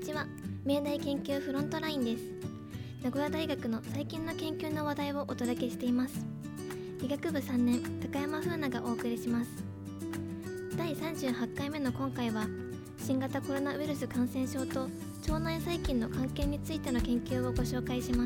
ちは。明大研究フロントラインです。名古屋大学の最近の研究の話題をお届けしています。医学部3年高山風奈がお送りします。第38回目の今回は、新型コロナウイルス感染症と腸内細菌の関係についての研究をご紹介します。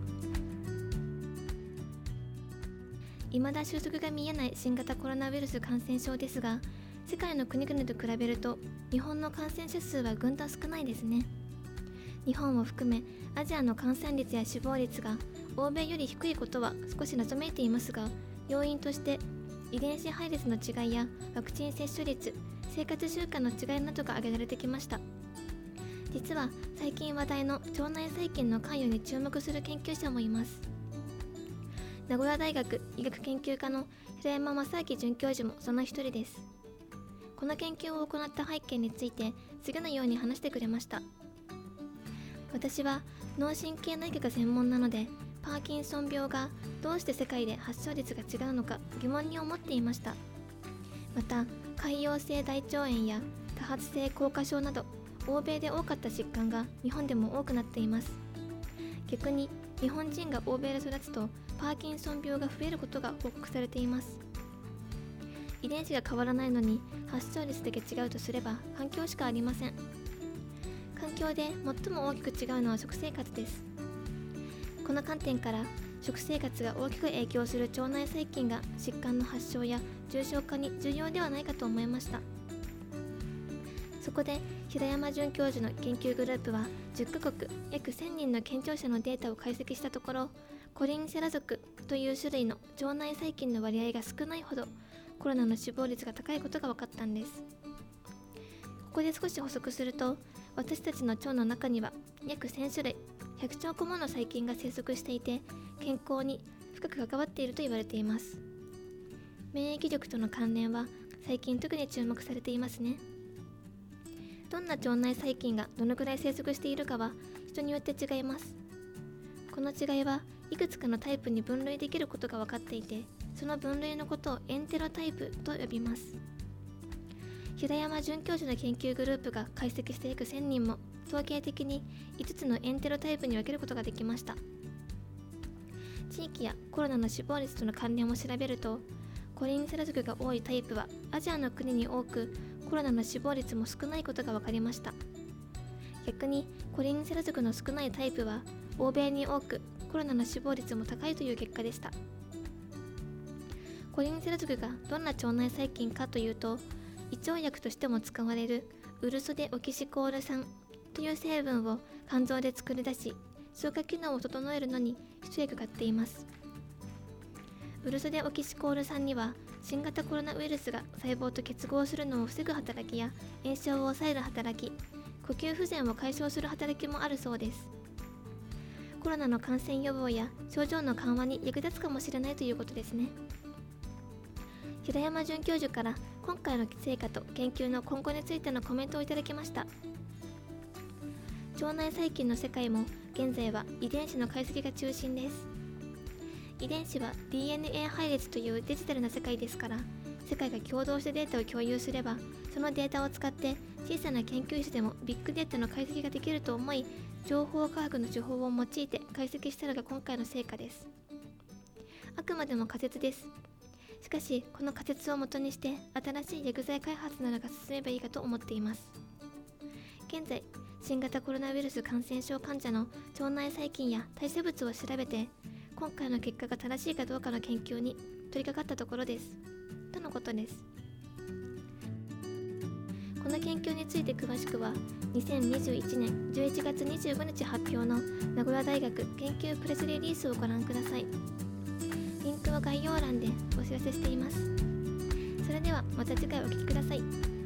未だ収束が見えない新型コロナウイルス感染症ですが、世界の国々と比べると日本の感染者数はぐんと少ないですね。日本を含めアジアの感染率や死亡率が欧米より低いことは少し謎めいていますが、要因として遺伝子配列の違いやワクチン接種率、生活習慣の違いなどが挙げられてきました。実は最近話題の腸内細菌の関与に注目する研究者もいます。名古屋大学医学研究科の平山正明准教授もその一人です。この研究を行った背景について次のように話してくれました。私は脳神経内科が専門なので、パーキンソン病がどうして世界で発症率が違うのか疑問に思っていました。また、潰瘍性大腸炎や多発性硬化症など欧米で多かった疾患が日本でも多くなっています。逆に日本人が欧米で育つとパーキンソン病が増えることが報告されています。遺伝子が変わらないのに発症率だけ違うとすれば環境しかありません。環境で最も大きく違うのは食生活です。この観点から食生活が大きく影響する腸内細菌が疾患の発症や重症化に重要ではないかと思いました。そこで平山准教授の研究グループは10カ国約1000人の健常者のデータを解析したところ、コリンセラ属という種類の腸内細菌の割合が少ないほどコロナの死亡率が高いことが分かったんです。ここで少し補足すると、私たちの腸の中には約1000種類100兆個もの細菌が生息していて、健康に深く関わっていると言われています。免疫力との関連は最近特に注目されていますね。どんな腸内細菌がどのくらい生息しているかは人によって違います。この違いはいくつかのタイプに分類できることが分かっていて、その分類のことをエンテロタイプと呼びます。平山准教授の研究グループが解析して約1000人も統計的に5つのエンテロタイプに分けることができました。地域やコロナの死亡率との関連を調べると、コリンセラ属が多いタイプはアジアの国に多く、コロナの死亡率も少ないことが分かりました。逆にコリンセラ属の少ないタイプは欧米に多く、コロナの死亡率も高いという結果でした。コリンセラ属がどんな腸内細菌かというと、胃腸薬としても使われるウルソデオキシコール酸という成分を肝臓で作り出し、消化機能を整えるのに一役買っています。ウルソデオキシコール酸には新型コロナウイルスが細胞と結合するのを防ぐ働きや炎症を抑える働き、呼吸不全を解消する働きもあるそうです。コロナの感染予防や症状の緩和に役立つかもしれないということですね。平山准教授から今回の成果と研究の今後についてのコメントをいただきました。腸内細菌の世界も現在は遺伝子の解析が中心です。遺伝子は DNA 配列というデジタルな世界ですから、世界が共同してデータを共有すれば、そのデータを使って小さな研究室でもビッグデータの解析ができると思い、情報科学の手法を用いて解析したのが今回の成果です。あくまでも仮説です。しかし、この仮説をもとにして新しい薬剤開発などが進めばいいかと思っています。現在、新型コロナウイルス感染症患者の腸内細菌や代謝物を調べて、今回の結果が正しいかどうかの研究に取り掛かったところです。とのことです。この研究について詳しくは、2021年11月25日発表の名古屋大学研究プレスリリースをご覧ください。リンクは概要欄でお知らせしています。それではまた次回お聞きください。